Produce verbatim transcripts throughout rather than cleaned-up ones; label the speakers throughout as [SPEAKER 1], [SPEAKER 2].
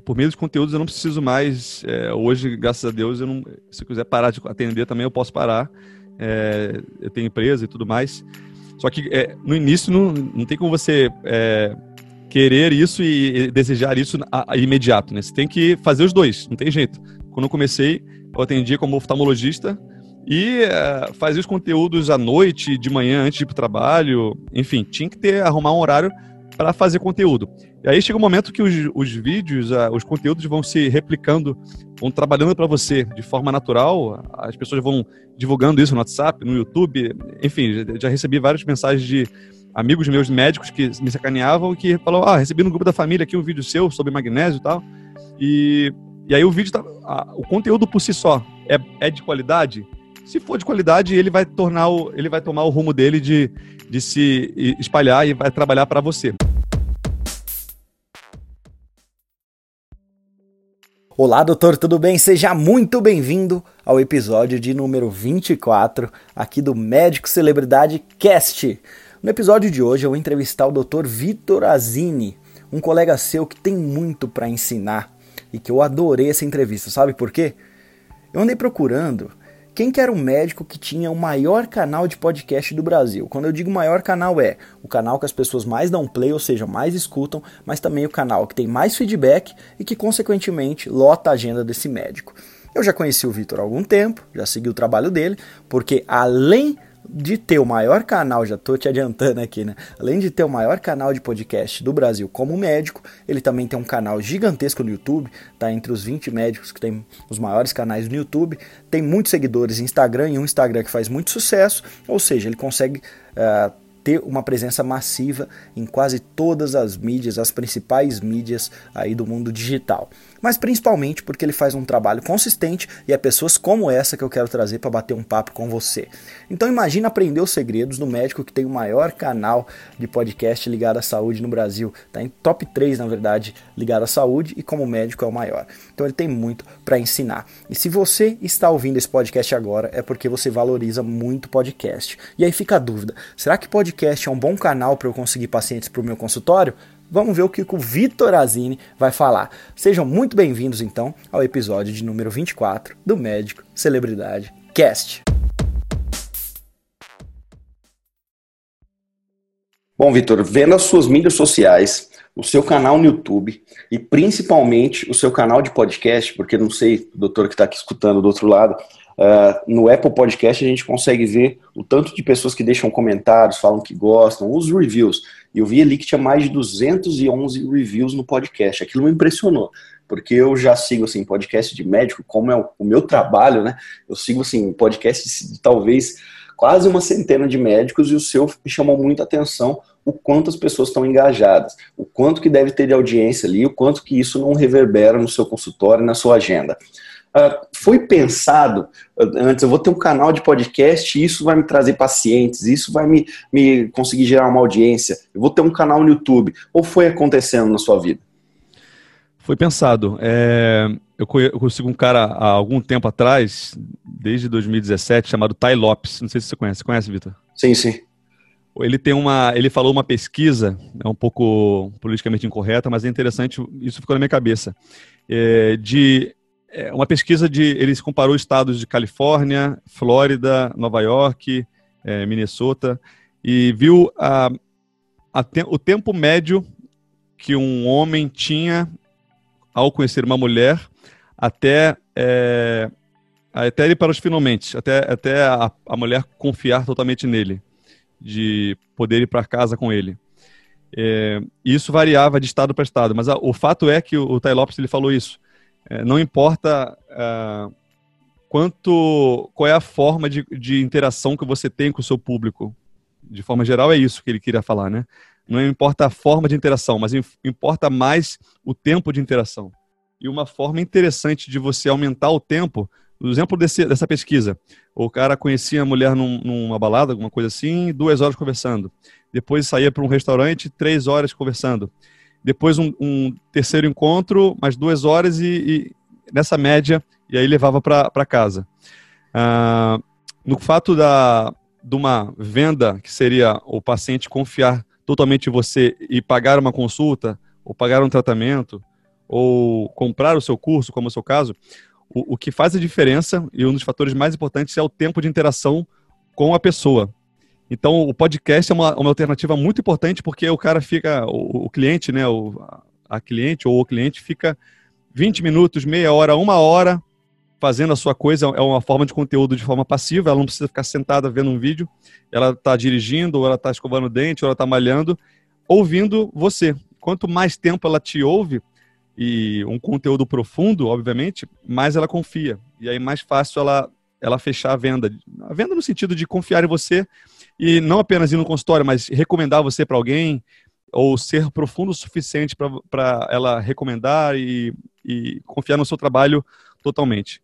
[SPEAKER 1] por meio dos conteúdos eu não preciso mais, é, hoje, graças a Deus, eu não, se eu quiser parar de atender também, eu posso parar. É, eu tenho empresa e tudo mais. Só que é, no início não, não tem como você é, querer isso e, e desejar isso a, a imediato, né? Você tem que fazer os dois, não tem jeito. Quando eu comecei, eu atendia como oftalmologista e é, fazia os conteúdos à noite, de manhã, antes de ir para o trabalho. Enfim, tinha que ter, arrumar um horário para fazer conteúdo. E aí chega um momento que os, os vídeos, a, os conteúdos vão se replicando, vão trabalhando para você de forma natural, as pessoas vão divulgando isso no WhatsApp, no YouTube, enfim, já recebi várias mensagens de amigos meus médicos que me sacaneavam e que falavam, ah, recebi no grupo da família aqui um vídeo seu sobre magnésio e tal, e, e aí o vídeo, tá, a, o conteúdo por si só é, é de qualidade? Se for de qualidade, ele vai tornar o, ele vai tomar o rumo dele de, de se espalhar e vai trabalhar para você.
[SPEAKER 2] Olá, doutor, tudo bem? Seja muito bem-vindo ao episódio de número vinte e quatro aqui do Médico Celebridade Cast. No episódio de hoje eu vou entrevistar o doutor Vitor Azini, um colega seu que tem muito para ensinar e que eu adorei essa entrevista. Sabe por quê? Eu andei procurando quem que era o médico que tinha o maior canal de podcast do Brasil. Quando eu digo maior canal é o canal que as pessoas mais dão play, ou seja, mais escutam, mas também o canal que tem mais feedback e que, consequentemente, lota a agenda desse médico. Eu já conheci o Vitor há algum tempo, já segui o trabalho dele, porque além de ter o maior canal, já estou te adiantando aqui, né? Além de ter o maior canal de podcast do Brasil como médico, ele também tem um canal gigantesco no YouTube, tá entre os vinte médicos que tem os maiores canais no YouTube, tem muitos seguidores no Instagram e um Instagram que faz muito sucesso, ou seja, ele consegue uh, ter uma presença massiva em quase todas as mídias, as principais mídias aí do mundo digital. Mas principalmente porque ele faz um trabalho consistente e é pessoas como essa que eu quero trazer para bater um papo com você. Então imagina aprender os segredos do médico que tem o maior canal de podcast ligado à saúde no Brasil. Está em top três, na verdade, ligado à saúde e como médico é o maior. Então ele tem muito para ensinar. E se você está ouvindo esse podcast agora, é porque você valoriza muito podcast. E aí fica a dúvida, será que podcast é um bom canal para eu conseguir pacientes para o meu consultório? Vamos ver o que o Vitor Azini vai falar. Sejam muito bem-vindos, então, ao episódio de número vinte e quatro do Médico Celebridade Cast.
[SPEAKER 3] Bom, Vitor, vendo as suas mídias sociais, o seu canal no YouTube e principalmente o seu canal de podcast, porque não sei, o doutor que está aqui escutando do outro lado, Uh, no Apple Podcast a gente consegue ver o tanto de pessoas que deixam comentários, falam que gostam, os reviews. E eu vi ali que tinha mais de duzentos e onze reviews no podcast. Aquilo me impressionou, porque eu já sigo assim, podcast de médico, como é o, o meu trabalho, né? Eu sigo assim, podcasts de talvez quase uma centena de médicos e o seu me chamou muita atenção o quanto as pessoas estão engajadas, o quanto que deve ter de audiência ali, o quanto que isso não reverbera no seu consultório e na sua agenda. Uh, foi pensado, uh, antes eu vou ter um canal de podcast e isso vai me trazer pacientes, isso vai me, me conseguir gerar uma audiência, eu vou ter um canal no YouTube, ou foi acontecendo na sua vida?
[SPEAKER 1] Foi pensado. É, eu consigo um cara há algum tempo atrás, desde dois mil e dezessete, chamado Tai Lopes, não sei se você conhece, você conhece, Vitor?
[SPEAKER 3] Sim, sim.
[SPEAKER 1] Ele tem uma, ele falou uma pesquisa, é um pouco politicamente incorreta, mas é interessante, isso ficou na minha cabeça, é, de uma pesquisa de, eles comparou estados de Califórnia, Flórida, Nova York, é, Minnesota, e viu a, a te, o tempo médio que um homem tinha ao conhecer uma mulher até, é, até ele para os finalmente, até, até a, a mulher confiar totalmente nele, de poder ir para casa com ele. É, isso variava de estado para estado, mas a, o fato é que o, o Tai Lopes ele falou isso. É, não importa uh, quanto, qual é a forma de, de interação que você tem com o seu público. De forma geral é isso que ele queria falar, né? Não importa a forma de interação, mas importa mais o tempo de interação. E uma forma interessante de você aumentar o tempo, o exemplo desse, dessa pesquisa, o cara conhecia a mulher num, numa balada, alguma coisa assim, duas horas conversando. Depois saía para um restaurante, três horas conversando. Depois um, um terceiro encontro, mais duas horas e, e nessa média, e aí levava para casa. Ah, no fato da, de uma venda, que seria o paciente confiar totalmente em você e pagar uma consulta, ou pagar um tratamento, ou comprar o seu curso, como é o seu caso, o, o que faz a diferença e um dos fatores mais importantes é o tempo de interação com a pessoa. Então, o podcast é uma, uma alternativa muito importante porque o cara fica, o, o cliente, né, o, a cliente ou o cliente fica vinte minutos, meia hora, uma hora fazendo a sua coisa. É uma forma de conteúdo de forma passiva, ela não precisa ficar sentada vendo um vídeo, ela está dirigindo, ou ela está escovando o dente, ou ela está malhando, ouvindo você. Quanto mais tempo ela te ouve, e um conteúdo profundo, obviamente, mais ela confia. E aí mais fácil ela, ela fechar a venda. A venda no sentido de confiar em você e não apenas ir no consultório, mas recomendar você para alguém ou ser profundo o suficiente para ela recomendar e, e confiar no seu trabalho totalmente.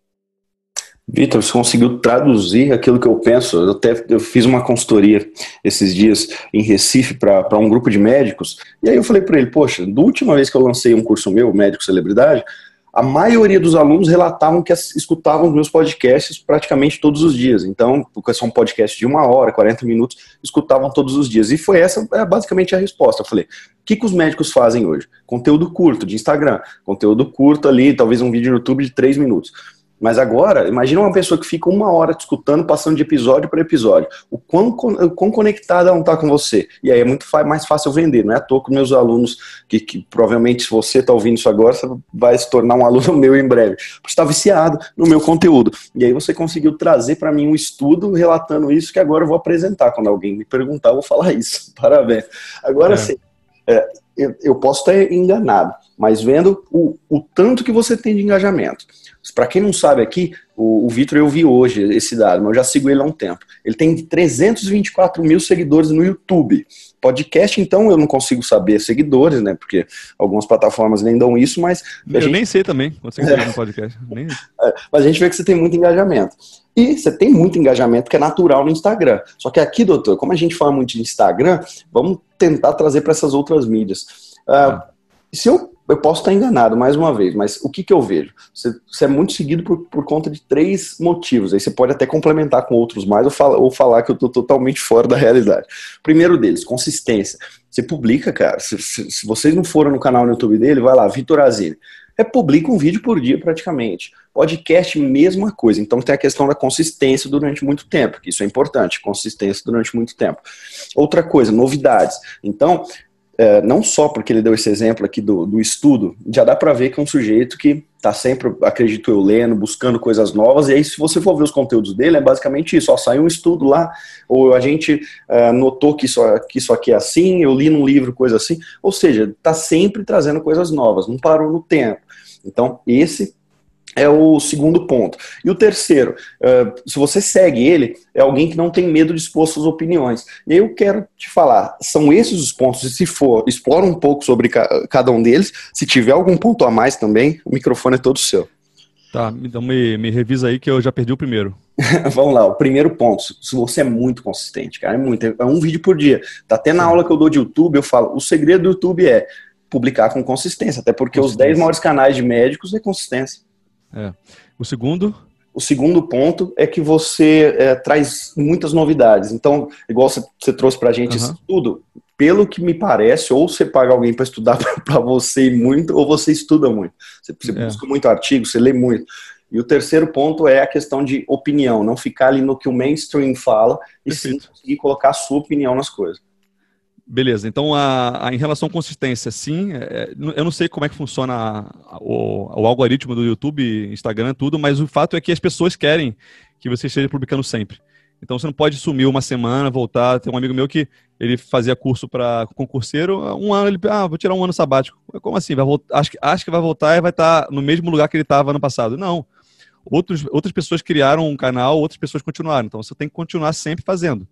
[SPEAKER 3] Vitor, você conseguiu traduzir aquilo que eu penso. Eu até eu fiz uma consultoria esses dias em Recife para um grupo de médicos, e aí eu falei para ele, poxa, da última vez que eu lancei um curso meu, Médico Celebridade, a maioria dos alunos relatavam que escutavam os meus podcasts praticamente todos os dias. Então, porque são podcasts de uma hora, quarenta minutos, escutavam todos os dias. E foi essa basicamente a resposta. Eu falei, o que, que os médicos fazem hoje? Conteúdo curto de Instagram, conteúdo curto ali, talvez um vídeo no YouTube de três minutos. Mas agora, imagina uma pessoa que fica uma hora te escutando, passando de episódio para episódio. O quão, o quão conectada ela não está com você. E aí é muito mais fácil vender. Não é à toa que meus alunos, que, que provavelmente se você está ouvindo isso agora, você vai se tornar um aluno meu em breve. Você está viciado no meu conteúdo. E aí você conseguiu trazer para mim um estudo relatando isso, que agora eu vou apresentar. Quando alguém me perguntar, eu vou falar isso. Parabéns. Agora sim, é. é, eu, eu posso estar enganado, mas vendo o, o tanto que você tem de engajamento. Para quem não sabe aqui, o, o Vitor eu vi hoje esse dado, mas eu já sigo ele há um tempo. Ele tem trezentos e vinte e quatro mil seguidores no YouTube. Podcast, então, eu não consigo saber seguidores, né? Porque algumas plataformas nem dão isso, mas...
[SPEAKER 1] Eu
[SPEAKER 3] gente...
[SPEAKER 1] nem sei também, você é. no podcast. Nem...
[SPEAKER 3] É, mas a gente vê que você tem muito engajamento. E você tem muito engajamento que é natural no Instagram. Só que aqui, doutor, como a gente fala muito de Instagram, vamos tentar trazer para essas outras mídias. Uh, ah. Se eu... Eu posso estar enganado, mais uma vez, mas o que, que eu vejo? Você, você é muito seguido por, por conta de três motivos. Aí você pode até complementar com outros mais ou, fala, ou falar que eu estou totalmente fora da realidade. Primeiro deles, consistência. Você publica, cara. Se, se, se vocês não foram no canal no YouTube dele, vai lá, Vitor Azile. É, publica um vídeo por dia praticamente. Podcast, mesma coisa. Então tem a questão da consistência durante muito tempo, que isso é importante, consistência durante muito tempo. Outra coisa, novidades. Então... É, não só porque ele deu esse exemplo aqui do, do estudo, já dá para ver que é um sujeito que está sempre, acredito eu, lendo, buscando coisas novas, e aí se você for ver os conteúdos dele, é basicamente isso, ó, saiu um estudo lá, ou a gente é, notou que isso, que isso aqui é assim, eu li num livro coisa assim, ou seja, está sempre trazendo coisas novas, não parou no tempo. Então esse é o segundo ponto. E o terceiro, uh, se você segue ele, é alguém que não tem medo de expor suas opiniões. E aí eu quero te falar, são esses os pontos, e se for, explora um pouco sobre ca cada um deles, se tiver algum ponto a mais também, o microfone é todo seu.
[SPEAKER 1] Tá, então me, me revisa aí que eu já perdi o primeiro.
[SPEAKER 3] Vamos lá, o primeiro ponto, se você é muito consistente, cara, é muito, é um vídeo por dia. Tá até na aula que eu dou de YouTube, eu falo, o segredo do YouTube é publicar com consistência, até porque os dez maiores canais de médicos é consistência.
[SPEAKER 1] É. O segundo?
[SPEAKER 3] O segundo ponto é que você é, traz muitas novidades. Então, igual você, você trouxe pra gente
[SPEAKER 1] uhum.
[SPEAKER 3] esse estudo, pelo que me parece, ou você paga alguém para estudar para você muito, ou você estuda muito. Você, você é. busca muito artigo, você lê muito. E o terceiro ponto é a questão de opinião, não ficar ali no que o mainstream fala, e Perfeito. sim conseguir colocar a sua opinião nas coisas.
[SPEAKER 1] Beleza, então a, a, em relação à consistência, sim, é, eu não sei como é que funciona a, o, o algoritmo do YouTube, Instagram, tudo, mas o fato é que as pessoas querem que você esteja publicando sempre. Então você não pode sumir uma semana, voltar. Tem um amigo meu que ele fazia curso para concurseiro, um ano ele, ah, vou tirar um ano sabático. Como assim? Vai voltar, acho, acho que vai voltar e vai estar no mesmo lugar que ele estava ano passado. Não, Outros, outras pessoas criaram um canal, outras pessoas continuaram, então você tem que continuar sempre fazendo.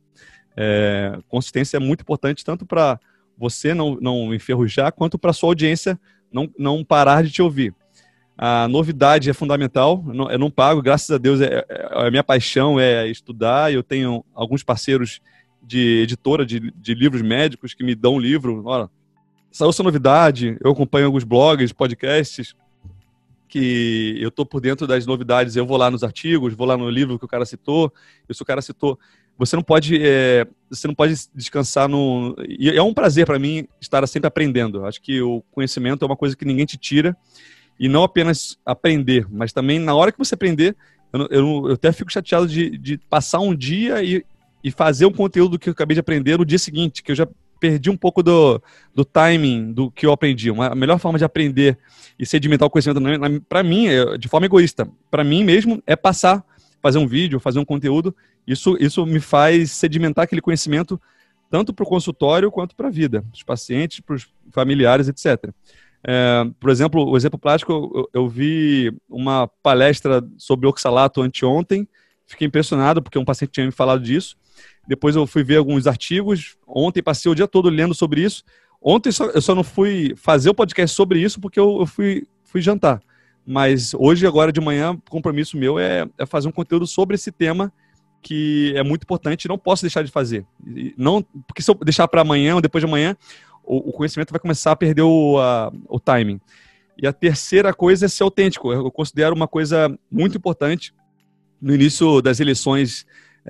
[SPEAKER 1] É, consistência é muito importante, tanto para você não, não enferrujar, quanto para a sua audiência não, não parar de te ouvir. A novidade é fundamental, eu não, eu não pago, graças a Deus, é, é, a minha paixão é estudar, eu tenho alguns parceiros de editora de, de livros médicos que me dão livro, olha, saiu essa novidade, eu acompanho alguns blogs, podcasts, que eu estou por dentro das novidades, eu vou lá nos artigos, vou lá no livro que o cara citou, e se o cara citou... Você não pode é, você não pode descansar no... E é um prazer para mim estar sempre aprendendo. Acho que o conhecimento é uma coisa que ninguém te tira. E não apenas aprender, mas também na hora que você aprender, eu, eu, eu até fico chateado de, de passar um dia e, e fazer um conteúdo que eu acabei de aprender no dia seguinte, que eu já perdi um pouco do, do timing do que eu aprendi. Uma, a melhor forma de aprender e sedimentar o conhecimento, para mim, é, de forma egoísta, para mim mesmo, é passar, fazer um vídeo, fazer um conteúdo. Isso, isso me faz sedimentar aquele conhecimento tanto para o consultório quanto para a vida, para os pacientes, para os familiares, etcétera. É, por exemplo, o exemplo prático, eu, eu vi uma palestra sobre oxalato anteontem, fiquei impressionado porque um paciente tinha me falado disso. Depois eu fui ver alguns artigos, ontem passei o dia todo lendo sobre isso. Ontem só, eu só não fui fazer o podcast sobre isso porque eu, eu fui, fui jantar. Mas hoje, agora de manhã, o compromisso meu é, é fazer um conteúdo sobre esse tema que é muito importante e não posso deixar de fazer. E não, porque se eu deixar para amanhã ou depois de amanhã, o, o conhecimento vai começar a perder o, a, o timing. E a terceira coisa é ser autêntico. Eu considero uma coisa muito importante. No início das eleições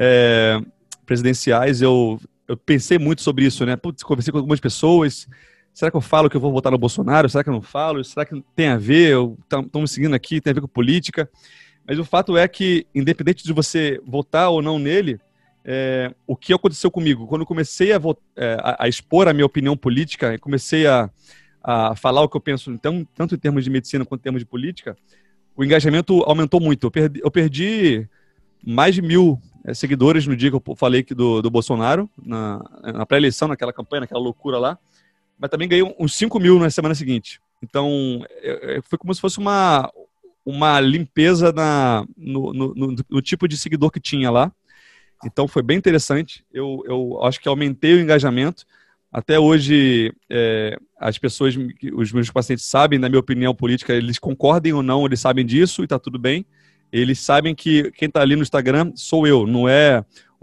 [SPEAKER 1] é, presidenciais, eu, eu pensei muito sobre isso, né? Putz, conversei com algumas pessoas. Será que eu falo que eu vou votar no Bolsonaro? Será que eu não falo? Será que tem a ver? Estão me seguindo aqui, tem a ver com política? Mas o fato é que, independente de você votar ou não nele, é, o que aconteceu comigo? Quando eu comecei a, é, a, a expor a minha opinião política, e comecei a, a falar o que eu penso, então, tanto em termos de medicina quanto em termos de política, o engajamento aumentou muito. Eu perdi, eu perdi mais de mil é, seguidores no dia que eu falei que do, do Bolsonaro, na, na pré-eleição, naquela campanha, naquela loucura lá, mas também ganhei uns cinco mil na semana seguinte. Então, é, é, foi como se fosse uma... uma limpeza na, no, no, no, no tipo de seguidor que tinha lá. Então foi bem interessante. Eu, eu acho que aumentei o engajamento. Até hoje, é, as pessoas, os meus pacientes sabem da minha opinião política, eles concordem ou não, eles sabem disso e está tudo bem. Eles sabem que quem está ali no Instagram sou eu, não é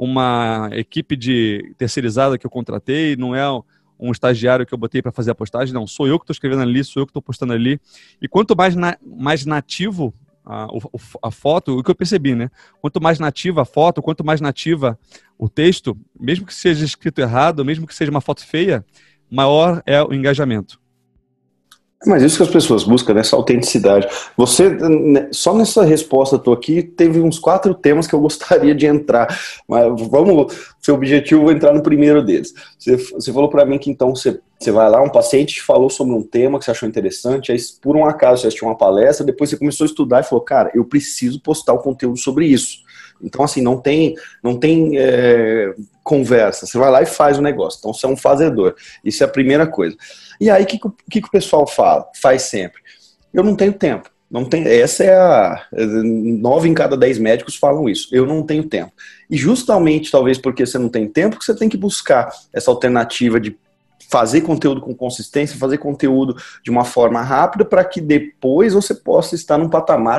[SPEAKER 1] uma equipe de terceirizada que eu contratei, não é um estagiário que eu botei para fazer a postagem, não, sou eu que estou escrevendo ali, sou eu que estou postando ali. E quanto mais, na, mais nativo a, a foto, o que eu percebi, né? Quanto mais nativa a foto, quanto mais nativa o texto, mesmo que seja escrito errado, mesmo que seja uma foto feia, maior é o engajamento.
[SPEAKER 3] Mas isso que as pessoas buscam, essa autenticidade. Você, só nessa resposta tua aqui, teve uns quatro temas que eu gostaria de entrar. Mas vamos, seu objetivo é entrar no primeiro deles. Você, você falou para mim que então você, você vai lá, um paciente falou sobre um tema que você achou interessante, aí por um acaso você assistiu uma palestra, depois você começou a estudar e falou, cara, eu preciso postar o conteúdo sobre isso. Então, assim, não tem, não tem é, conversa. Você vai lá e faz o negócio. Então, você é um fazedor. Isso é a primeira coisa. E aí, o que, que, que o pessoal fala? Faz sempre. Eu não tenho tempo. Não tem, essa é a... Nove em cada dez médicos falam isso. Eu não tenho tempo. E justamente, talvez porque você não tem tempo, que você tem que buscar essa alternativa de fazer conteúdo com consistência, fazer conteúdo de uma forma rápida para que depois você possa estar num patamar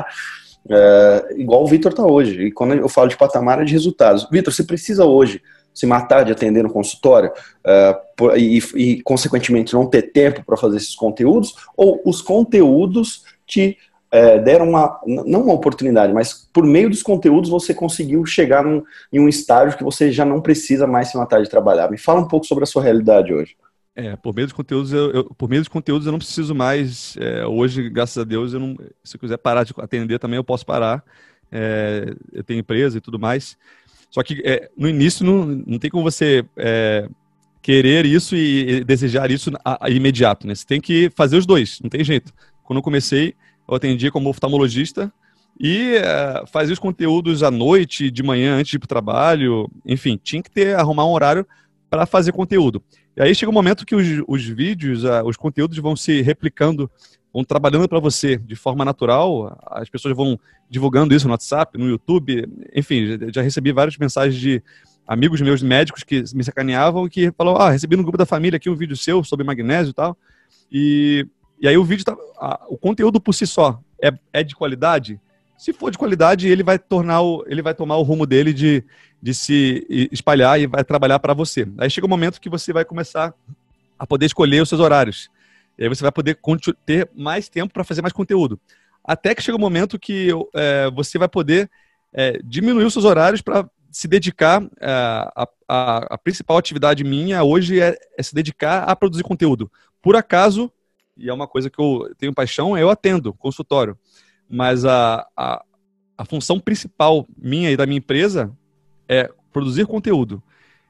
[SPEAKER 3] É, igual o Vitor está hoje. E quando eu falo de patamar, é de resultados. Vitor, você precisa hoje se matar de atender no consultório uh, e, e, consequentemente, não ter tempo para fazer esses conteúdos? Ou os conteúdos te uh, deram uma, não uma oportunidade, mas por meio dos conteúdos você conseguiu chegar num, em um estágio que você já não precisa mais se matar de trabalhar? Me fala um pouco sobre a sua realidade hoje.
[SPEAKER 1] É, por meio dos conteúdos, eu, eu, por meio dos conteúdos eu não preciso mais, é, hoje, graças a Deus, eu não, se eu quiser parar de atender também, eu posso parar, é, eu tenho empresa e tudo mais, só que é, no início não, não tem como você é, querer isso e, e desejar isso a, a imediato, né? Você tem que fazer os dois, não tem jeito. Quando eu comecei, eu atendia como oftalmologista e é, fazia os conteúdos à noite, de manhã, antes de ir para o trabalho, enfim, tinha que ter, arrumar um horário para fazer conteúdo. E aí chega um momento que os, os vídeos, os conteúdos vão se replicando, vão trabalhando para você de forma natural, as pessoas vão divulgando isso no WhatsApp, no YouTube, enfim, já recebi várias mensagens de amigos meus médicos que me sacaneavam e que falavam, ah, recebi no grupo da família aqui um vídeo seu sobre magnésio e tal, e, e aí o vídeo, tá, a, o conteúdo por si só é, é de qualidade? Se for de qualidade, ele vai tornar o, ele vai tomar o rumo dele de, de se espalhar e vai trabalhar para você. Aí chega um momento que você vai começar a poder escolher os seus horários. E aí você vai poder ter mais tempo para fazer mais conteúdo. Até que chega um momento que é, você vai poder é, diminuir os seus horários para se dedicar, a, a, a principal atividade minha hoje é, é se dedicar a produzir conteúdo. Por acaso, e é uma coisa que eu tenho paixão, eu atendo consultório. Mas a, a, a função principal minha e da minha empresa é produzir conteúdo.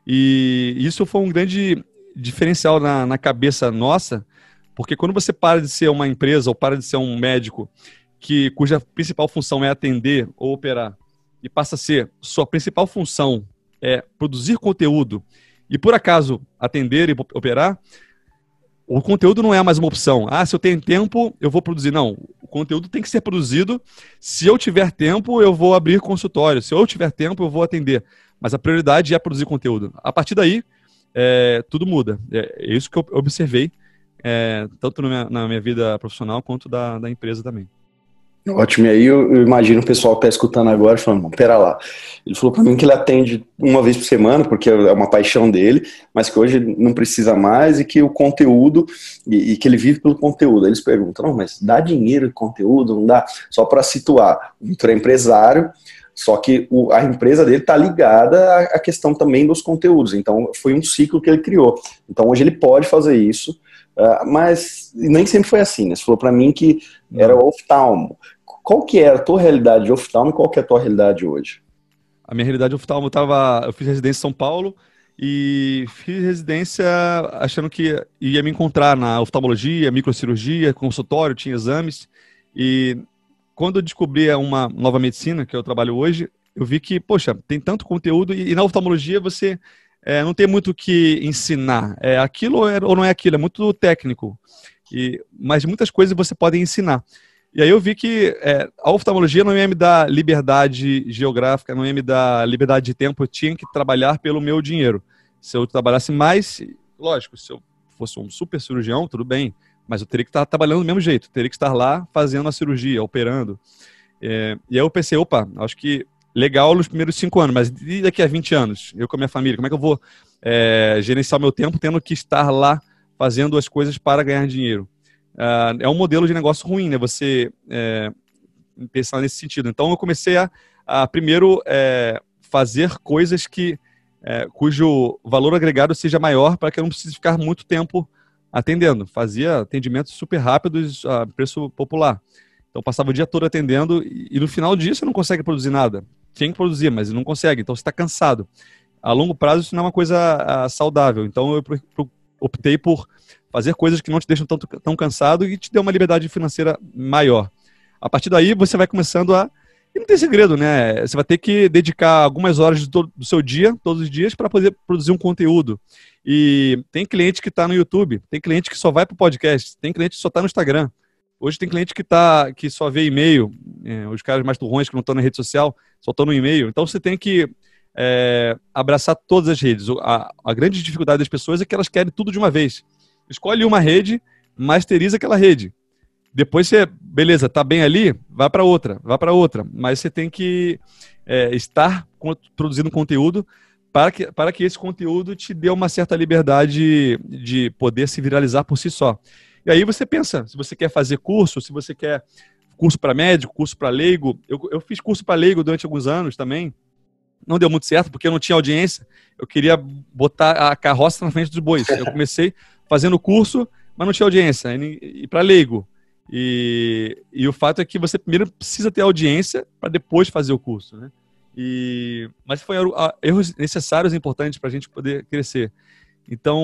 [SPEAKER 1] E isso foi um grande diferencial na, na cabeça nossa, porque quando você para de ser uma empresa ou para de ser um médico que, cuja principal função é atender ou operar, e passa a ser sua principal função é produzir conteúdo e, por acaso, atender e operar, o conteúdo não é mais uma opção. Ah, se eu tenho tempo, eu vou produzir. Não, o conteúdo tem que ser produzido. Se eu tiver tempo, eu vou abrir consultório. Se eu tiver tempo, eu vou atender. Mas a prioridade é produzir conteúdo. A partir daí, é, tudo muda. É isso que eu observei, é, tanto na minha, na minha vida profissional quanto da, da empresa também.
[SPEAKER 3] Ótimo, e aí eu, eu imagino o pessoal que está escutando agora falando, pera lá, ele falou para mim que ele atende uma vez por semana, porque é uma paixão dele, mas que hoje não precisa mais e que o conteúdo, e, e que ele vive pelo conteúdo. Aí eles perguntam, não, mas dá dinheiro de conteúdo, não dá? Só para situar, o Vitor é empresário, só que o, a empresa dele está ligada à, à questão também dos conteúdos, então foi um ciclo que ele criou. Então hoje ele pode fazer isso, uh, mas nem sempre foi assim, né? Você falou para mim que era o oftalmo. Qual que era a tua realidade de oftalmo e qual que é a tua realidade hoje?
[SPEAKER 1] A minha realidade de oftalmo, eu, tava, eu fiz residência em São Paulo e fiz residência achando que ia me encontrar na oftalmologia, microcirurgia, consultório, tinha exames. E quando eu descobri uma nova medicina, que eu trabalho hoje, eu vi que, poxa, tem tanto conteúdo e, e na oftalmologia você é, não tem muito o que ensinar. É aquilo ou não é aquilo, é muito técnico. E, mas muitas coisas você pode ensinar. E aí eu vi que é, a oftalmologia não ia me dar liberdade geográfica, não ia me dar liberdade de tempo, eu tinha que trabalhar pelo meu dinheiro. Se eu trabalhasse mais, lógico, se eu fosse um super cirurgião, tudo bem, mas eu teria que estar trabalhando do mesmo jeito, teria que estar lá fazendo a cirurgia, operando. É, e aí eu pensei, opa, acho que legal nos primeiros cinco anos, mas e daqui a vinte anos? Eu com a minha família, como é que eu vou é, gerenciar o meu tempo tendo que estar lá fazendo as coisas para ganhar dinheiro? Uh, é um modelo de negócio ruim, né? Você é, pensar nesse sentido. Então, eu comecei a, a primeiro, é, fazer coisas que, é, cujo valor agregado seja maior para que eu não precise ficar muito tempo atendendo. Fazia atendimentos super rápidos a preço popular. Então, passava o dia todo atendendo e, e no final do dia você não consegue produzir nada. Tem que produzir, mas não consegue. Então, você está cansado. A longo prazo, isso não é uma coisa a, saudável. Então, eu pro, pro, optei por fazer coisas que não te deixam tão, tão cansado e te dê uma liberdade financeira maior. A partir daí, você vai começando a... E não tem segredo, né? Você vai ter que dedicar algumas horas do, do seu dia, todos os dias, para poder produzir um conteúdo. E tem cliente que está no YouTube, tem cliente que só vai para o podcast, tem cliente que só está no Instagram. Hoje tem cliente que, tá, que só vê e-mail, é, os caras mais turrões que não estão na rede social, só estão no e-mail. Então, você tem que é, abraçar todas as redes. A, a grande dificuldade das pessoas é que elas querem tudo de uma vez. Escolhe uma rede, masteriza aquela rede. Depois você, beleza, tá bem ali, vai para outra, vai para outra. Mas você tem que é, estar produzindo conteúdo para que, para que esse conteúdo te dê uma certa liberdade de poder se viralizar por si só. E aí você pensa, se você quer fazer curso, se você quer curso para médico, curso para leigo. Eu, eu fiz curso para leigo durante alguns anos também. Não deu muito certo porque eu não tinha audiência. Eu queria botar a carroça na frente dos bois. Eu comecei fazendo o curso, mas não tinha audiência. E, e para leigo. E, e o fato é que você primeiro precisa ter audiência para depois fazer o curso, né? E, mas foi erros necessários e importantes para a gente poder crescer. Então,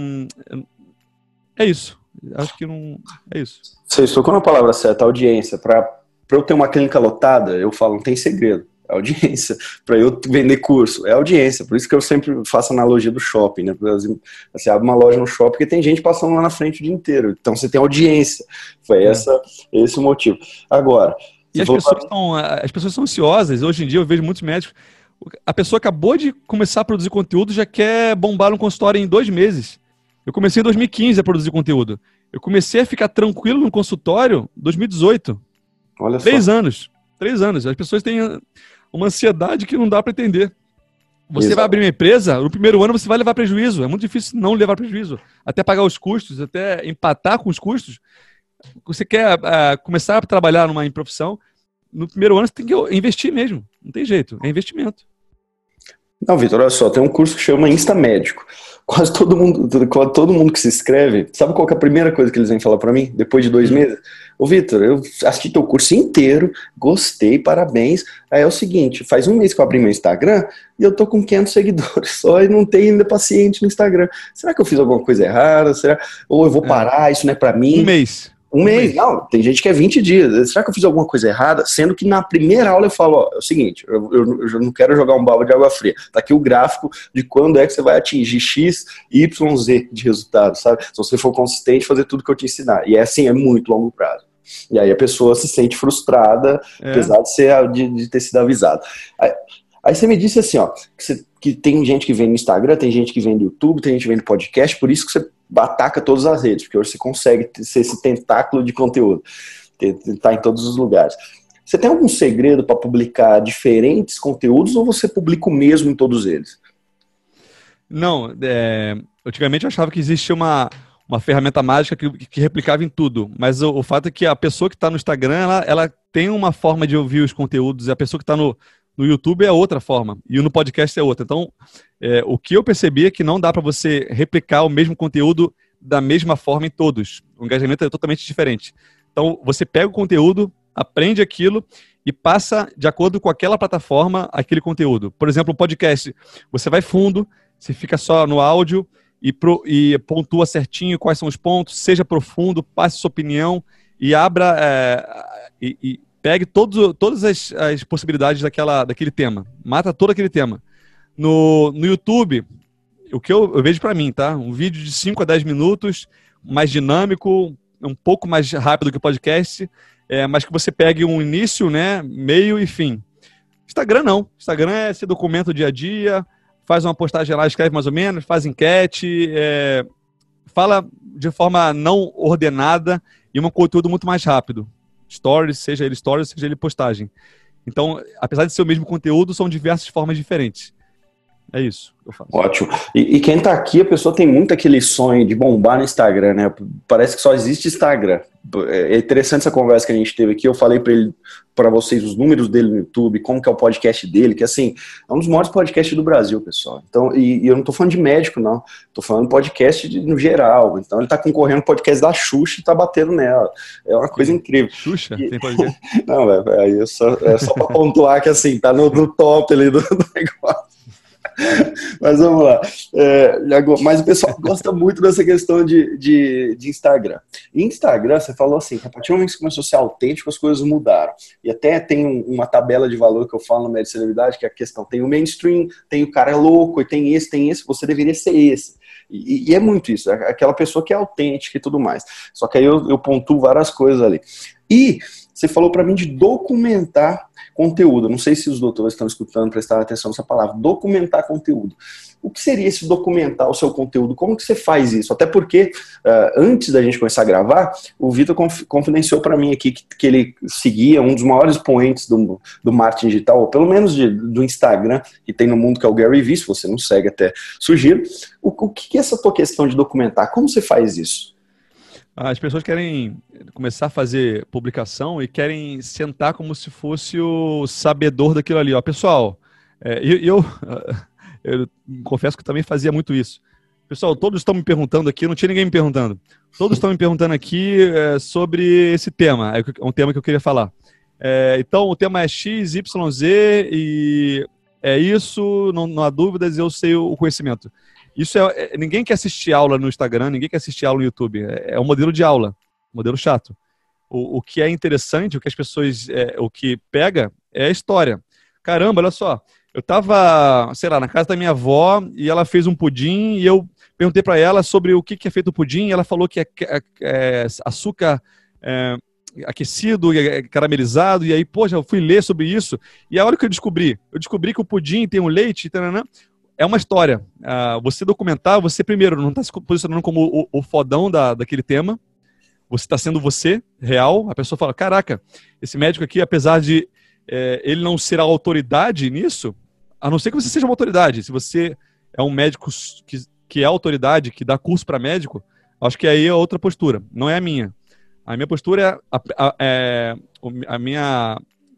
[SPEAKER 1] é isso. Acho que não... É isso.
[SPEAKER 3] Você tocou na palavra certa, audiência. Para eu ter uma clínica lotada, eu falo, não tem segredo. Audiência. Para eu vender curso, é audiência. Por isso que eu sempre faço a analogia do shopping, né? Você abre uma loja no shopping porque tem gente passando lá na frente o dia inteiro. Então você tem audiência. Foi essa, é. esse o motivo. Agora...
[SPEAKER 1] E as pessoas, estão, as pessoas são ansiosas. Hoje em dia eu vejo muitos médicos. A pessoa acabou de começar a produzir conteúdo, já quer bombar um consultório em dois meses. Eu comecei em dois mil e quinze a produzir conteúdo. Eu comecei a ficar tranquilo no consultório em dois mil e dezoito.
[SPEAKER 3] Olha só.
[SPEAKER 1] Três anos. Três anos. As pessoas têm uma ansiedade que não dá para entender. Você Exato. Vai abrir uma empresa, no primeiro ano você vai levar prejuízo. É muito difícil não levar prejuízo. Até pagar os custos, até empatar com os custos. Você quer uh, começar a trabalhar numa profissão, no primeiro ano você tem que investir mesmo. Não tem jeito, é investimento.
[SPEAKER 3] Não, Vitor, olha só, tem um curso que chama Insta Médico. Quase todo mundo, quase todo mundo que se inscreve, sabe qual que é a primeira coisa que eles vêm falar pra mim, depois de dois meses? Ô, Vitor, eu assisti teu curso inteiro, gostei, parabéns. Aí é o seguinte, faz um mês que eu abri meu Instagram e eu tô com quinhentos seguidores só e não tenho ainda paciente no Instagram. Será que eu fiz alguma coisa errada? Será? Ou eu vou parar, isso não é pra mim?
[SPEAKER 1] Um mês.
[SPEAKER 3] Um mês, não, tem gente que é vinte dias. Será que eu fiz alguma coisa errada? Sendo que na primeira aula eu falo, ó, é o seguinte, eu, eu, eu não quero jogar um balde de água fria. Tá aqui o gráfico de quando é que você vai atingir X, Y, Z de resultado, sabe? Se você for consistente, fazer tudo que eu te ensinar. E é assim, é muito longo prazo. E aí a pessoa se sente frustrada, é. apesar de, ser, de, de ter sido avisado. Aí, aí você me disse assim, ó, que, você, que tem gente que vem no Instagram, tem gente que vem no YouTube, tem gente que vem no podcast, por isso que você ataca todas as redes, porque hoje você consegue ser esse tentáculo de conteúdo, tá em todos os lugares. Você tem algum segredo para publicar diferentes conteúdos ou você publica o mesmo em todos eles?
[SPEAKER 1] Não, é, antigamente eu achava que existia uma, uma ferramenta mágica que, que replicava em tudo, mas o, o fato é que a pessoa que está no Instagram, ela, ela tem uma forma de ouvir os conteúdos, e a pessoa que está no, no YouTube é outra forma, e no podcast é outra. Então, é, o que eu percebi é que não dá para você replicar o mesmo conteúdo da mesma forma em todos. O engajamento é totalmente diferente. Então, você pega o conteúdo, aprende aquilo e passa de acordo com aquela plataforma aquele conteúdo. Por exemplo, o podcast, você vai fundo, você fica só no áudio e, pro, e pontua certinho quais são os pontos, seja profundo, passe sua opinião e abra é, e, e pegue todos, todas as, as possibilidades daquela, daquele tema. Mata todo aquele tema. No, no YouTube, o que eu, eu vejo para mim, tá? Um vídeo de cinco a dez minutos, mais dinâmico, um pouco mais rápido que o podcast, é, mas que você pegue um início, né, meio e fim. Instagram não. Instagram é esse documento o dia a dia, faz uma postagem lá, escreve mais ou menos, faz enquete, é, fala de forma não ordenada e um conteúdo muito mais rápido. Stories, seja ele stories, seja ele postagem. Então, apesar de ser o mesmo conteúdo, são diversas formas diferentes. É isso que eu faço.
[SPEAKER 3] Ótimo. E, e quem tá aqui, a pessoa tem muito aquele sonho de bombar no Instagram, né? Parece que só existe Instagram. É interessante essa conversa que a gente teve aqui. Eu falei para ele, para vocês, os números dele no YouTube, como que é o podcast dele, que assim, é um dos maiores podcasts do Brasil, pessoal. Então, e, e eu não tô falando de médico, não. Tô falando podcast de, no geral. Então, ele tá concorrendo no podcast da Xuxa e tá batendo nela. É uma coisa incrível.
[SPEAKER 1] Xuxa?
[SPEAKER 3] E...
[SPEAKER 1] Tem podcast?
[SPEAKER 3] Não, é, é, é só, é só pra pontuar que assim, tá no, no top ali do, do negócio. Mas vamos lá. É, mas o pessoal gosta muito dessa questão de, de, de Instagram. E Instagram, você falou assim, que a partir do momento que você começou a ser autêntico, as coisas mudaram. E até tem um, uma tabela de valor que eu falo no Médio Celebridade, que é a questão, tem o mainstream, tem o cara louco, e tem esse, tem esse, você deveria ser esse. E, e é muito isso, aquela pessoa que é autêntica e tudo mais. Só que aí eu, eu pontuo várias coisas ali. E você falou para mim de documentar conteúdo. Não sei se os doutores estão escutando, prestaram atenção nessa palavra. Documentar conteúdo. O que seria esse documentar o seu conteúdo? Como que você faz isso? Até porque, uh, antes da gente começar a gravar, o Vitor conf confidenciou para mim aqui que, que ele seguia um dos maiores expoentes do, do marketing digital, ou pelo menos de, do Instagram, que tem no mundo, que é o Gary Vee. Se você não segue, até sugiro. O, o que é essa tua questão de documentar? Como você faz isso?
[SPEAKER 1] As pessoas querem começar a fazer publicação e querem sentar como se fosse o sabedor daquilo ali. Ó, pessoal, é, eu, eu, eu confesso que também fazia muito isso. Pessoal, todos estão me perguntando aqui, não tinha ninguém me perguntando. Todos estão me perguntando aqui é, sobre esse tema, é um tema que eu queria falar. É, então, o tema é X, Y, Z e é isso, não, não há dúvidas, eu sei o conhecimento. Isso é, é, ninguém quer assistir aula no Instagram, ninguém quer assistir aula no YouTube. É, é um modelo de aula, um modelo chato. O, o que é interessante, o que as pessoas, é, o que pega é a história. Caramba, olha só, eu tava, sei lá, na casa da minha avó e ela fez um pudim e eu perguntei para ela sobre o que, que é feito o pudim e ela falou que é, é, é açúcar é, aquecido, é caramelizado, e aí, pô, já fui ler sobre isso e a hora que eu descobri, eu descobri que o pudim tem um leite, taranã, é uma história. Uh, você documentar, você primeiro não está se posicionando como o, o fodão da, daquele tema, você está sendo você, real. A pessoa fala, caraca, esse médico aqui, apesar de é, ele não ser a autoridade nisso, a não ser que você seja uma autoridade, se você é um médico que, que é autoridade, que dá curso para médico, acho que aí é outra postura, não é a minha. A minha postura é a, a, é, a minha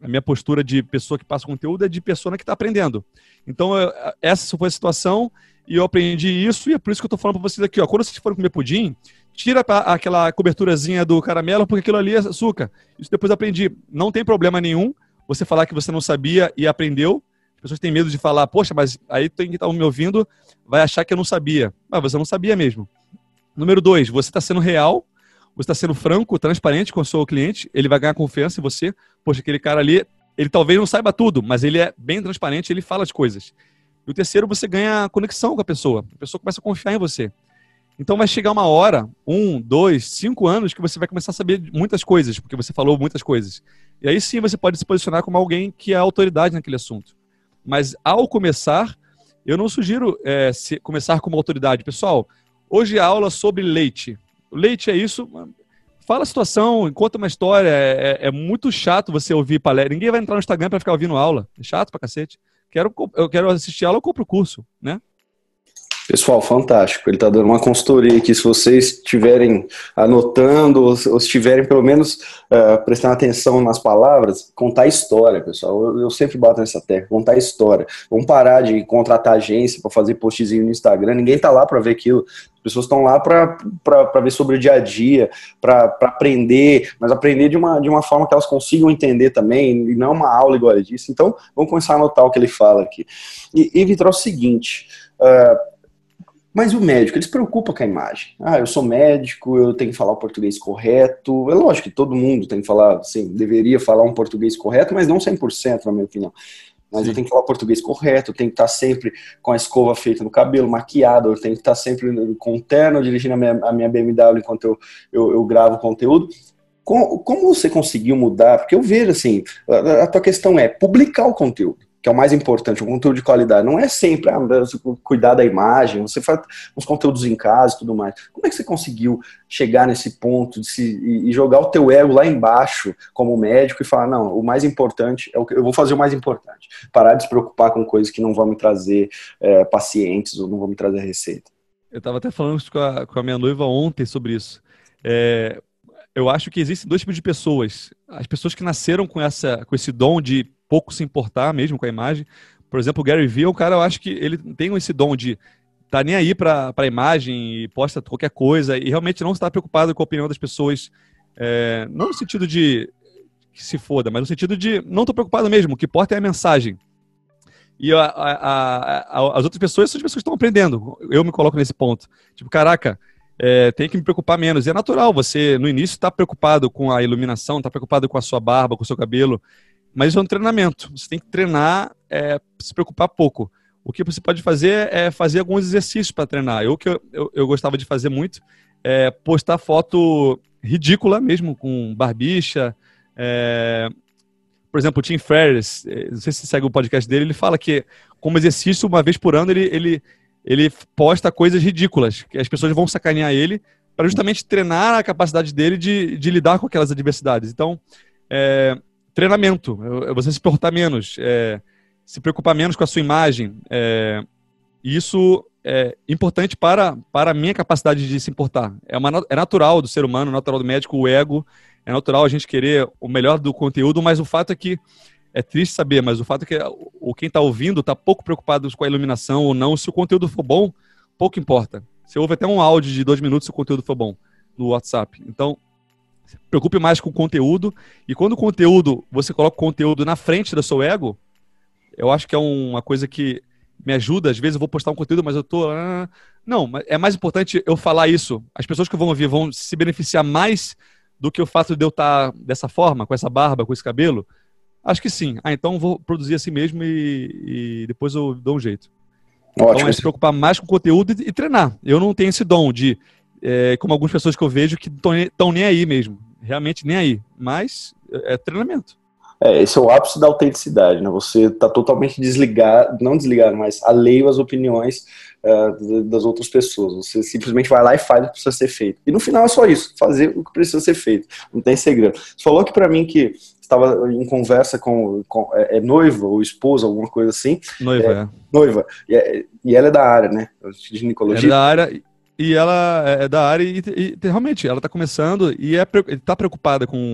[SPEAKER 1] a minha postura de pessoa que passa conteúdo é de pessoa que está aprendendo. Então, eu, essa foi a situação e eu aprendi isso e é por isso que eu estou falando para vocês aqui, ó. Quando vocês forem comer pudim, tira aquela coberturazinha do caramelo, porque aquilo ali é açúcar. Isso depois eu aprendi. Não tem problema nenhum você falar que você não sabia e aprendeu. As pessoas têm medo de falar, poxa, mas aí quem está me ouvindo vai achar que eu não sabia. Mas você não sabia mesmo. Número dois, você está sendo real, você está sendo franco, transparente com o seu cliente, ele vai ganhar confiança em você. Poxa, aquele cara ali, ele talvez não saiba tudo, mas ele é bem transparente, ele fala as coisas. E o terceiro, você ganha conexão com a pessoa. A pessoa começa a confiar em você. Então vai chegar uma hora, um, dois, cinco anos, que você vai começar a saber muitas coisas, porque você falou muitas coisas. E aí sim você pode se posicionar como alguém que é autoridade naquele assunto. Mas ao começar, eu não sugiro é, se, começar como autoridade. Pessoal, hoje a aula sobre leite. O leite é isso, fala a situação, conta uma história. É, é, é muito chato você ouvir palestra. Ninguém vai entrar no Instagram para ficar ouvindo aula. É chato pra cacete. Quero, eu quero assistir aula, eu compro o curso, né?
[SPEAKER 3] Pessoal, fantástico. Ele está dando uma consultoria aqui. Se vocês estiverem anotando, ou se estiverem pelo menos uh, prestando atenção nas palavras, contar história, pessoal. Eu, eu sempre bato nessa tecla, contar história. Vamos parar de contratar agência para fazer postzinho no Instagram. Ninguém está lá para ver aquilo. As pessoas estão lá para ver sobre o dia a dia, para aprender, mas aprender de uma, de uma forma que elas consigam entender também, e não uma aula igual a disso. Então, vamos começar a anotar o que ele fala aqui. E, e Vitor, é o seguinte... Uh, Mas o médico, ele se preocupa com a imagem. Ah, eu sou médico, eu tenho que falar o português correto. É lógico que todo mundo tem que falar, assim, deveria falar um português correto, mas não cem por cento, na minha opinião. Mas Sim. eu tenho que falar o português correto, eu tenho que estar sempre com a escova feita no cabelo, maquiado, eu tenho que estar sempre com terno, dirigindo a minha, a minha B M W enquanto eu, eu, eu gravo conteúdo. Como, como você conseguiu mudar? Porque eu vejo, assim, a, a tua questão é publicar o conteúdo, que é o mais importante, um conteúdo de qualidade. Não é sempre ah, cuidar da imagem, você faz uns conteúdos em casa e tudo mais. Como é que você conseguiu chegar nesse ponto de se, e jogar o teu ego lá embaixo como médico e falar, não, o mais importante, é o que eu vou fazer o mais importante. Parar de se preocupar com coisas que não vão me trazer é, pacientes ou não vão me trazer receita.
[SPEAKER 1] Eu estava até falando com a, com a minha noiva ontem sobre isso. É, eu acho que existem dois tipos de pessoas. As pessoas que nasceram com, essa, com esse dom de pouco se importar mesmo com a imagem. Por exemplo, o Gary Vee, o cara, eu acho que ele tem esse dom de tá nem aí para a imagem e posta qualquer coisa e realmente não está preocupado com a opinião das pessoas, é, não no sentido de que se foda, mas no sentido de não estou preocupado mesmo, o que importa é a mensagem. E a, a, a, a, as outras pessoas são as pessoas que estão aprendendo. Eu me coloco nesse ponto. Tipo, caraca, é, tem que me preocupar menos. E é natural, você no início está preocupado com a iluminação, está preocupado com a sua barba, com o seu cabelo, mas isso é um treinamento. Você tem que treinar, é, se preocupar pouco. O que você pode fazer é fazer alguns exercícios para treinar. Eu que eu, eu, eu gostava de fazer muito, é postar foto ridícula mesmo, com barbicha. É... Por exemplo, o Tim Ferriss, não sei se você segue o podcast dele, ele fala que como exercício, uma vez por ano, ele, ele, ele posta coisas ridículas, que as pessoas vão sacanear ele, para justamente treinar a capacidade dele de, de lidar com aquelas adversidades. Então, é... treinamento, você se importar menos, é, se preocupar menos com a sua imagem. É, isso é importante para, para a minha capacidade de se importar. É, uma, é natural do ser humano, natural do médico, o ego. É natural a gente querer o melhor do conteúdo, mas o fato é que, é triste saber, mas o fato é que o, quem está ouvindo está pouco preocupado com a iluminação ou não. Se o conteúdo for bom, pouco importa. Você ouve até um áudio de dois minutos se o conteúdo for bom no WhatsApp. Então, se preocupe mais com o conteúdo. E quando o conteúdo, você coloca o conteúdo na frente do seu ego, eu acho que é uma coisa que me ajuda. Às vezes eu vou postar um conteúdo, mas eu tô... Não, é mais importante eu falar isso. As pessoas que vão ouvir vão se beneficiar mais do que o fato de eu estar dessa forma, com essa barba, com esse cabelo. Acho que sim. Ah, então vou produzir assim mesmo e, e depois eu dou um jeito. Ótimo. Então é se preocupar mais com o conteúdo e, e treinar. Eu não tenho esse dom de... É, como algumas pessoas que eu vejo que estão nem aí mesmo. Realmente nem aí. Mas é, é treinamento.
[SPEAKER 3] É, esse é o ápice da autenticidade, né? Você está totalmente desligado, não desligado, mas alheio às opiniões uh, das outras pessoas. Você simplesmente vai lá e faz o que precisa ser feito. E no final é só isso, fazer o que precisa ser feito. Não tem segredo. Você falou aqui para mim que estava em conversa com, com é, é noiva ou esposa, alguma coisa assim.
[SPEAKER 1] Noiva, é.
[SPEAKER 3] é. Noiva. E, é, e ela é da área, né? De ginecologia.
[SPEAKER 1] É da área... E ela é da área e, e realmente ela está começando e está preocupada com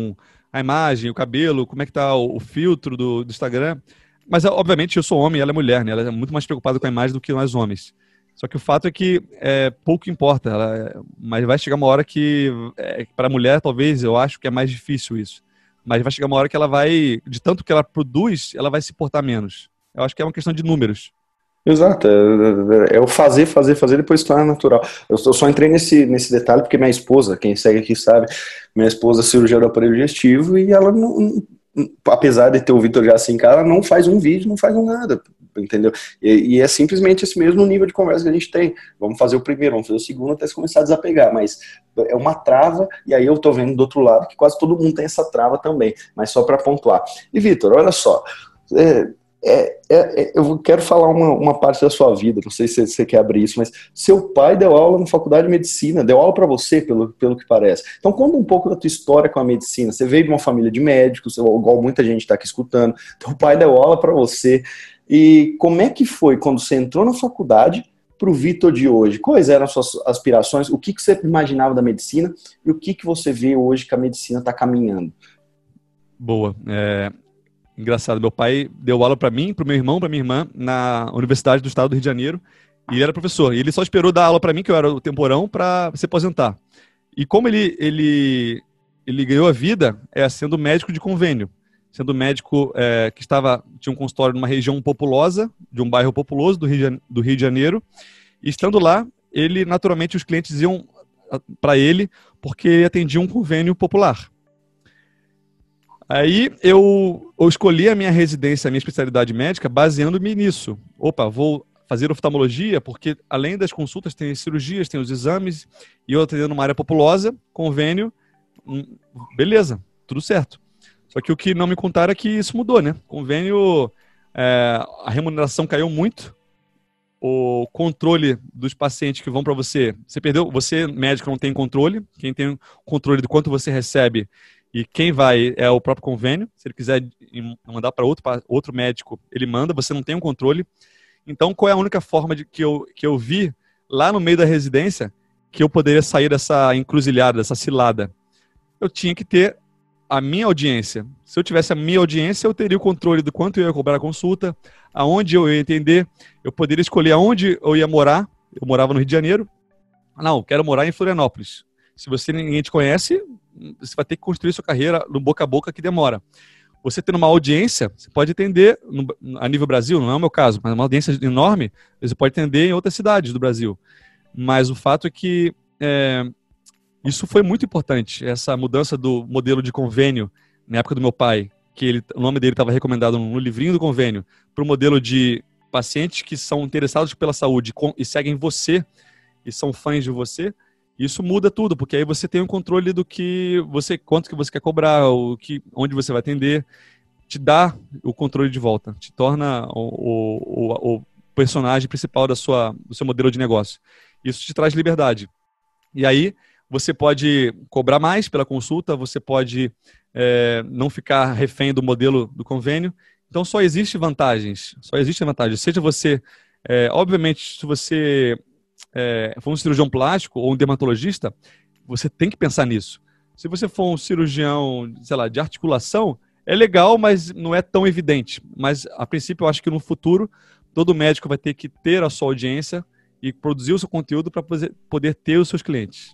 [SPEAKER 1] a imagem, o cabelo, como é que tá o, o filtro do, do Instagram. Mas, obviamente, eu sou homem e ela é mulher, né? Ela é muito mais preocupada com a imagem do que nós homens. Só que o fato é que é, pouco importa. Ela, mas vai chegar uma hora que, é, para a mulher, talvez, eu acho que é mais difícil isso. Mas vai chegar uma hora que ela vai, de tanto que ela produz, ela vai se portar menos. Eu acho que é uma questão de números.
[SPEAKER 3] Exato, é, é o fazer, fazer, fazer, depois se torna natural. Eu só entrei nesse, nesse detalhe porque minha esposa, quem segue aqui sabe, minha esposa é cirurgiã do aparelho digestivo e ela, não, apesar de ter o Vitor já assim, ela não faz um vídeo, não faz um nada, entendeu? E, e é simplesmente esse mesmo nível de conversa que a gente tem. Vamos fazer o primeiro, vamos fazer o segundo até se começar a desapegar, mas é uma trava, e aí eu tô vendo do outro lado que quase todo mundo tem essa trava também, mas só para pontuar. E Vitor, olha só, é, É, é, eu quero falar uma, uma parte da sua vida, não sei se você quer abrir isso, mas seu pai deu aula na faculdade de medicina, deu aula para você, pelo, pelo que parece. Então conta um pouco da tua história com a medicina. Você veio de uma família de médicos, igual muita gente está aqui escutando, teu pai deu aula para você. E como é que foi quando você entrou na faculdade para o Vitor de hoje? Quais eram as suas aspirações? O que, que você imaginava da medicina e o que, que você vê hoje que a medicina está caminhando?
[SPEAKER 1] Boa, é... Engraçado, meu pai deu aula para mim, para o meu irmão, para minha irmã, na Universidade do Estado do Rio de Janeiro, e ele era professor. E ele só esperou dar aula para mim, que eu era o temporão, para se aposentar. E como ele, ele, ele ganhou a vida é sendo médico de convênio, sendo médico é, que estava, tinha um consultório numa região populosa, de um bairro populoso do Rio, do Rio de Janeiro, e estando lá, ele, naturalmente, os clientes iam para ele porque ele atendia um convênio popular. Aí eu, eu escolhi a minha residência, a minha especialidade médica, baseando-me nisso. Opa, vou fazer oftalmologia, porque além das consultas tem as cirurgias, tem os exames, e eu atendendo numa área populosa, convênio, beleza, tudo certo. Só que o que não me contaram é que isso mudou, né? Convênio, é, a remuneração caiu muito, o controle dos pacientes que vão para você, você perdeu, você médico não tem controle, quem tem controle de quanto você recebe e quem vai é o próprio convênio. Se ele quiser mandar para outro, outro médico, ele manda, você não tem um controle. Então, qual é a única forma de que, eu, que eu vi lá no meio da residência que eu poderia sair dessa encruzilhada, dessa cilada? Eu tinha que ter a minha audiência. Se eu tivesse a minha audiência, eu teria o controle do quanto eu ia cobrar a consulta, aonde eu ia atender, eu poderia escolher aonde eu ia morar. Eu morava no Rio de Janeiro. Não, eu quero morar em Florianópolis. Se você ninguém te conhece, você vai ter que construir sua carreira no boca a boca, que demora. Você tendo uma audiência, você pode atender no, a nível Brasil, não é o meu caso, mas uma audiência enorme, você pode atender em outras cidades do Brasil. Mas o fato é que é, isso foi muito importante, essa mudança do modelo de convênio, na época do meu pai, que ele, o nome dele estava recomendado no livrinho do convênio, para o modelo de pacientes que são interessados pela saúde com, e seguem você, e são fãs de você. Isso muda tudo, porque aí você tem um controle do que você, quanto que você quer cobrar, o que, onde você vai atender, te dá o controle de volta, te torna o, o, o personagem principal da sua, do seu modelo de negócio. Isso te traz liberdade. E aí você pode cobrar mais pela consulta, você pode é, não ficar refém do modelo do convênio. Então só existe vantagens, só existe vantagens. Seja você, é, obviamente, se você É, for um cirurgião plástico ou um dermatologista, você tem que pensar nisso. Se você for um cirurgião, sei lá, de articulação, é legal, mas não é tão evidente. Mas, a princípio, eu acho que no futuro, todo médico vai ter que ter a sua audiência e produzir o seu conteúdo para poder ter os seus clientes.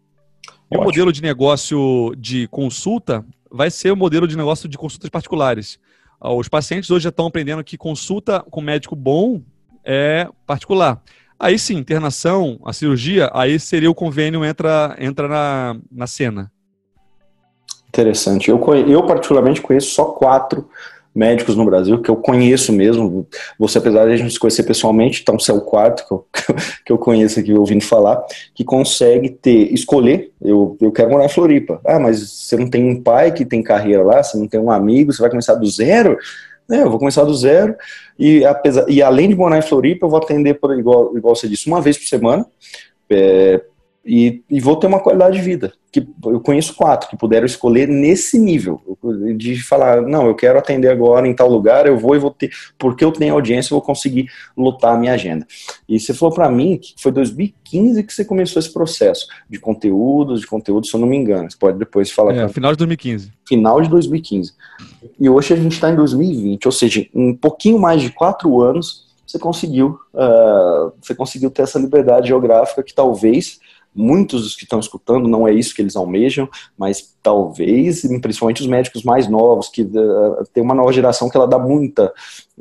[SPEAKER 1] E Ótimo. O modelo de negócio de consulta vai ser o modelo de negócio de consultas particulares. Os pacientes hoje já estão aprendendo que consulta com médico bom é particular. Aí sim, internação, a cirurgia, aí seria o convênio, entra, entra na, na cena.
[SPEAKER 3] Interessante. Eu, eu particularmente conheço só quatro médicos no Brasil, que eu conheço mesmo. Você, apesar de a gente se conhecer pessoalmente, então você é o quarto que eu, que eu conheço aqui ouvindo falar, que consegue ter, escolher, eu, eu quero morar em Floripa. Ah, mas você não tem um pai que tem carreira lá, você não tem um amigo, você vai começar do zero? É, eu vou começar do zero e, apesar, e além de morar em Floripa, eu vou atender, por, igual, igual você disse, uma vez por semana. É, e, e vou ter uma qualidade de vida. Que eu conheço quatro que puderam escolher nesse nível, de falar, não, eu quero atender agora em tal lugar, eu vou e vou ter, porque eu tenho audiência, eu vou conseguir lotar a minha agenda. E você falou para mim que foi dois mil e quinze que você começou esse processo de conteúdos, de conteúdo, se eu não me engano. Você pode depois falar.
[SPEAKER 1] É, final de dois mil e quinze.
[SPEAKER 3] Final de dois mil e quinze. E hoje a gente está em dois mil e vinte, ou seja, um pouquinho mais de quatro anos, você conseguiu, uh, você conseguiu ter essa liberdade geográfica que talvez muitos dos que estão escutando, não é isso que eles almejam, mas talvez, principalmente os médicos mais novos, que uh, tem uma nova geração que ela dá muita,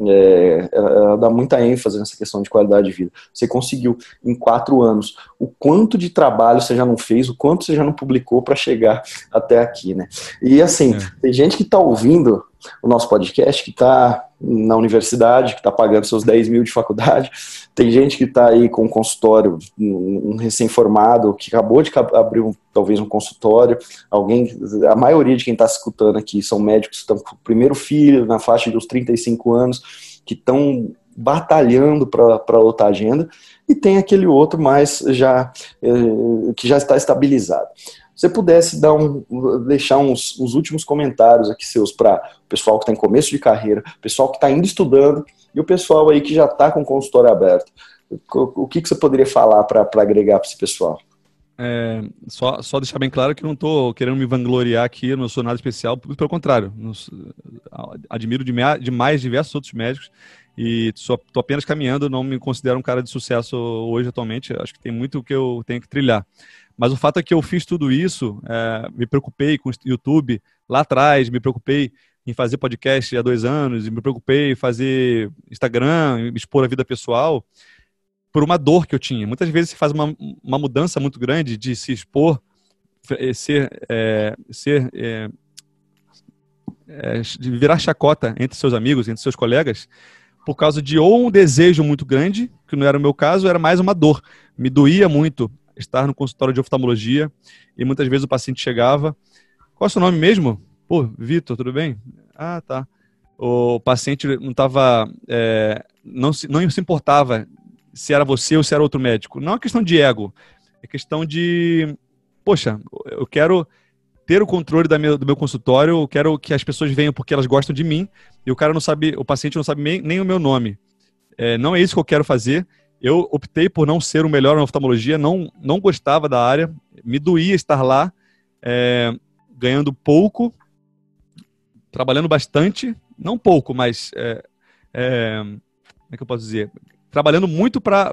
[SPEAKER 3] é, ela dá muita ênfase nessa questão de qualidade de vida. Você conseguiu, em quatro anos, o quanto de trabalho você já não fez, o quanto você já não publicou para chegar até aqui, né? E assim, é. tem gente que está ouvindo o nosso podcast, que está na universidade, que está pagando seus dez mil de faculdade, tem gente que está aí com um consultório, um recém-formado, que acabou de abrir um, talvez um consultório, alguém, a maioria de quem está escutando aqui são médicos que estão com o primeiro filho, na faixa dos trinta e cinco anos, que estão batalhando para lotar a agenda, e tem aquele outro mais já, eh, que já está estabilizado. Se você pudesse dar um, deixar uns, uns últimos comentários aqui seus para o pessoal que está em começo de carreira, o pessoal que está ainda estudando e o pessoal aí que já está com o consultório aberto, o, o que, que você poderia falar para agregar para esse pessoal?
[SPEAKER 1] É, só, só deixar bem claro que eu não estou querendo me vangloriar aqui, eu não sou nada especial, pelo contrário, não, admiro demais diversos outros médicos e estou apenas caminhando, não me considero um cara de sucesso hoje atualmente, acho que tem muito que eu tenho que trilhar. Mas o fato é que eu fiz tudo isso, é, me preocupei com o YouTube lá atrás, me preocupei em fazer podcast há dois anos, me preocupei em fazer Instagram, expor a vida pessoal, por uma dor que eu tinha. Muitas vezes se faz uma, uma mudança muito grande de se expor, ser, é, ser é, é, de virar chacota entre seus amigos, entre seus colegas, por causa de ou um desejo muito grande, que não era o meu caso, era mais uma dor. Me doía muito estar no consultório de oftalmologia e muitas vezes o paciente chegava, qual é o seu nome mesmo? Pô, Vitor, tudo bem? Ah, tá. O paciente não estava, é, não, se, não se importava se era você ou se era outro médico. Não é questão de ego, é questão de, poxa, eu quero ter o controle da meu, do meu consultório, eu quero que as pessoas venham porque elas gostam de mim e o cara não sabe, o paciente não sabe nem, nem o meu nome. É, não é isso que eu quero fazer. Eu optei por não ser o melhor na oftalmologia, não, não gostava da área, me doía estar lá, é, ganhando pouco, trabalhando bastante, não pouco, mas é, é, como é que eu posso dizer? Trabalhando muito para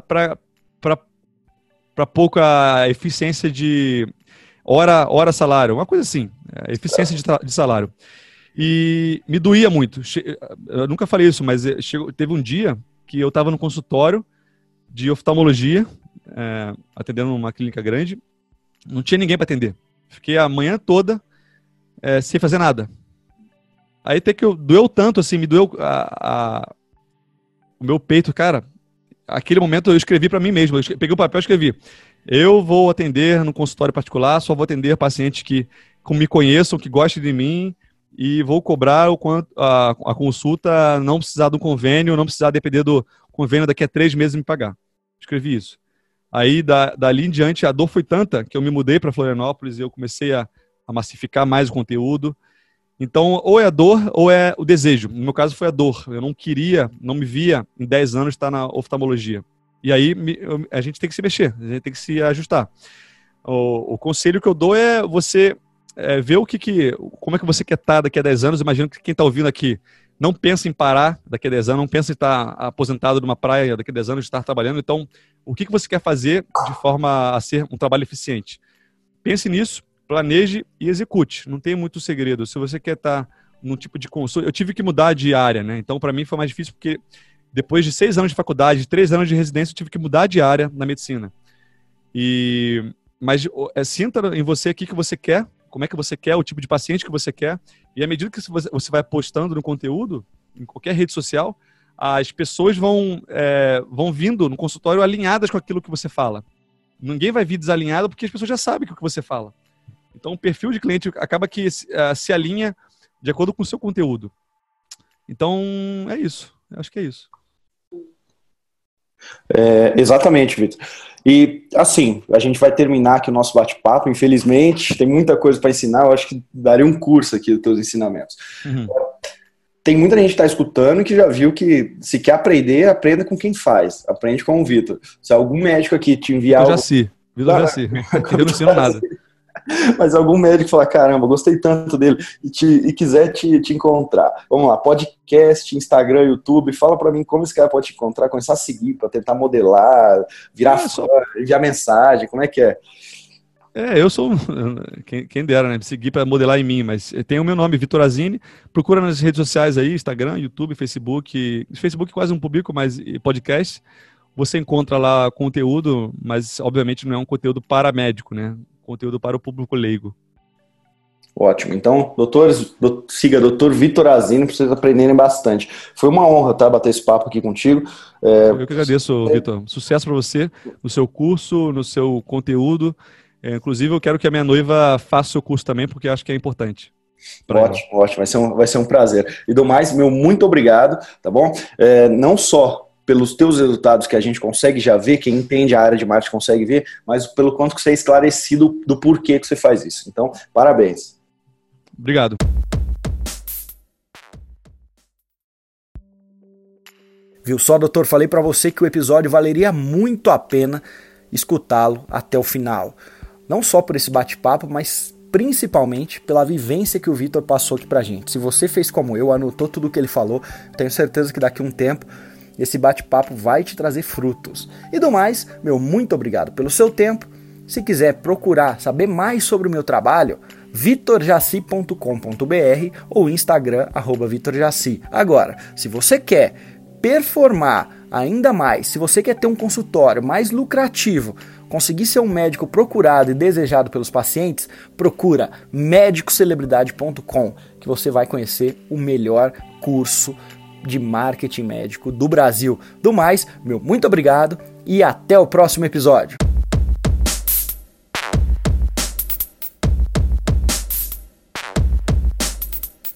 [SPEAKER 1] pouca eficiência de hora, hora salário, uma coisa assim, eficiência de, de salário. E me doía muito. Eu nunca falei isso, mas chegou, teve um dia que eu estava no consultório de oftalmologia, é, atendendo uma clínica grande, não tinha ninguém para atender. Fiquei a manhã toda é, sem fazer nada. Aí até que eu, doeu tanto, assim, me doeu a, a, o meu peito, cara. Aquele momento eu escrevi para mim mesmo, eu peguei o papel e escrevi: eu vou atender no consultório particular, só vou atender pacientes que, que me conheçam, que gostem de mim, e vou cobrar o quanto a, a consulta, não precisar do convênio, não precisar depender do convênio daqui a três meses me pagar. Escrevi isso. Aí, da, dali em diante, a dor foi tanta que eu me mudei para Florianópolis e eu comecei a, a massificar mais o conteúdo. Então, ou é a dor ou é o desejo. No meu caso, foi a dor. Eu não queria, não me via em dez anos estar na oftalmologia. E aí, me, eu, a gente tem que se mexer, a gente tem que se ajustar. O, o conselho que eu dou é você é, ver o que, que, como é que você quer estar daqui a dez anos. Imagino que quem está ouvindo aqui não pensa em parar daqui a dez anos, não pensa em estar aposentado numa praia daqui a dez anos, estar trabalhando. Então, o que, que você quer fazer de forma a ser um trabalho eficiente? Pense nisso, planeje e execute. Não tem muito segredo. Se você quer estar num tipo de consulta... Eu tive que mudar de área, né? Então, para mim, foi mais difícil porque depois de seis anos de faculdade, três anos de residência, eu tive que mudar de área na medicina. E... Mas é, sinta em você o que, que você quer, como é que você quer, o tipo de paciente que você quer. E à medida que você vai postando no conteúdo, em qualquer rede social, as pessoas vão, é, vão vindo no consultório alinhadas com aquilo que você fala. Ninguém vai vir desalinhado porque as pessoas já sabem o que você fala. Então, o perfil de cliente acaba que uh, se alinha de acordo com o seu conteúdo. Então, é isso. Eu acho que é isso.
[SPEAKER 3] É, exatamente, Vitor. E, assim, a gente vai terminar aqui o nosso bate-papo, infelizmente, tem muita coisa para ensinar, eu acho que daria um curso aqui dos teus ensinamentos. Uhum. Tem muita gente que está escutando que já viu que se quer aprender, aprenda com quem faz, aprende com o Vitor. Se algum médico aqui te enviar...
[SPEAKER 1] Eu já sei, Vitor já sei, eu não ensino nada.
[SPEAKER 3] Mas algum médico falar, caramba, gostei tanto dele, e, te, e quiser te, te encontrar. Vamos lá, podcast, Instagram, YouTube, fala pra mim como esse cara pode te encontrar, começar a seguir, pra tentar modelar, virar é, só... fã, enviar mensagem, como é que é?
[SPEAKER 1] É, eu sou, quem, quem dera, né, seguir pra modelar em mim, mas tem o meu nome, Vitor Azini, procura nas redes sociais aí, Instagram, YouTube, Facebook, Facebook quase não publico, mas podcast, você encontra lá conteúdo, mas obviamente não é um conteúdo para médico, né? Conteúdo para o público leigo.
[SPEAKER 3] Ótimo. Então, doutores, do, siga doutor Vitor Azini para vocês aprenderem bastante. Foi uma honra, tá, bater esse papo aqui contigo.
[SPEAKER 1] É, Eu que agradeço, é... Vitor. Sucesso para você no seu curso, no seu conteúdo. É, inclusive, eu quero que a minha noiva faça o seu curso também, porque acho que é importante.
[SPEAKER 3] Ótimo, ela. ótimo. Vai ser, um, vai ser um prazer. E do mais, meu muito obrigado, tá bom? É, não só pelos teus resultados que a gente consegue já ver, quem entende a área de marketing consegue ver, mas pelo quanto que você é esclarecido do porquê que você faz isso. Então, parabéns.
[SPEAKER 1] Obrigado.
[SPEAKER 2] Viu só, doutor? Falei para você que o episódio valeria muito a pena escutá-lo até o final. Não só por esse bate-papo, mas principalmente pela vivência que o Vitor passou aqui pra gente. Se você fez como eu, anotou tudo o que ele falou, tenho certeza que daqui a um tempo esse bate-papo vai te trazer frutos. E do mais, meu muito obrigado pelo seu tempo. Se quiser procurar saber mais sobre o meu trabalho, vitor jaci ponto com ponto b r ou Instagram, arroba vitor jaci. Agora, se você quer performar ainda mais, se você quer ter um consultório mais lucrativo, conseguir ser um médico procurado e desejado pelos pacientes, procura médico celebridade ponto com, que você vai conhecer o melhor curso de marketing médico do Brasil. Do mais, meu muito obrigado e até o próximo episódio.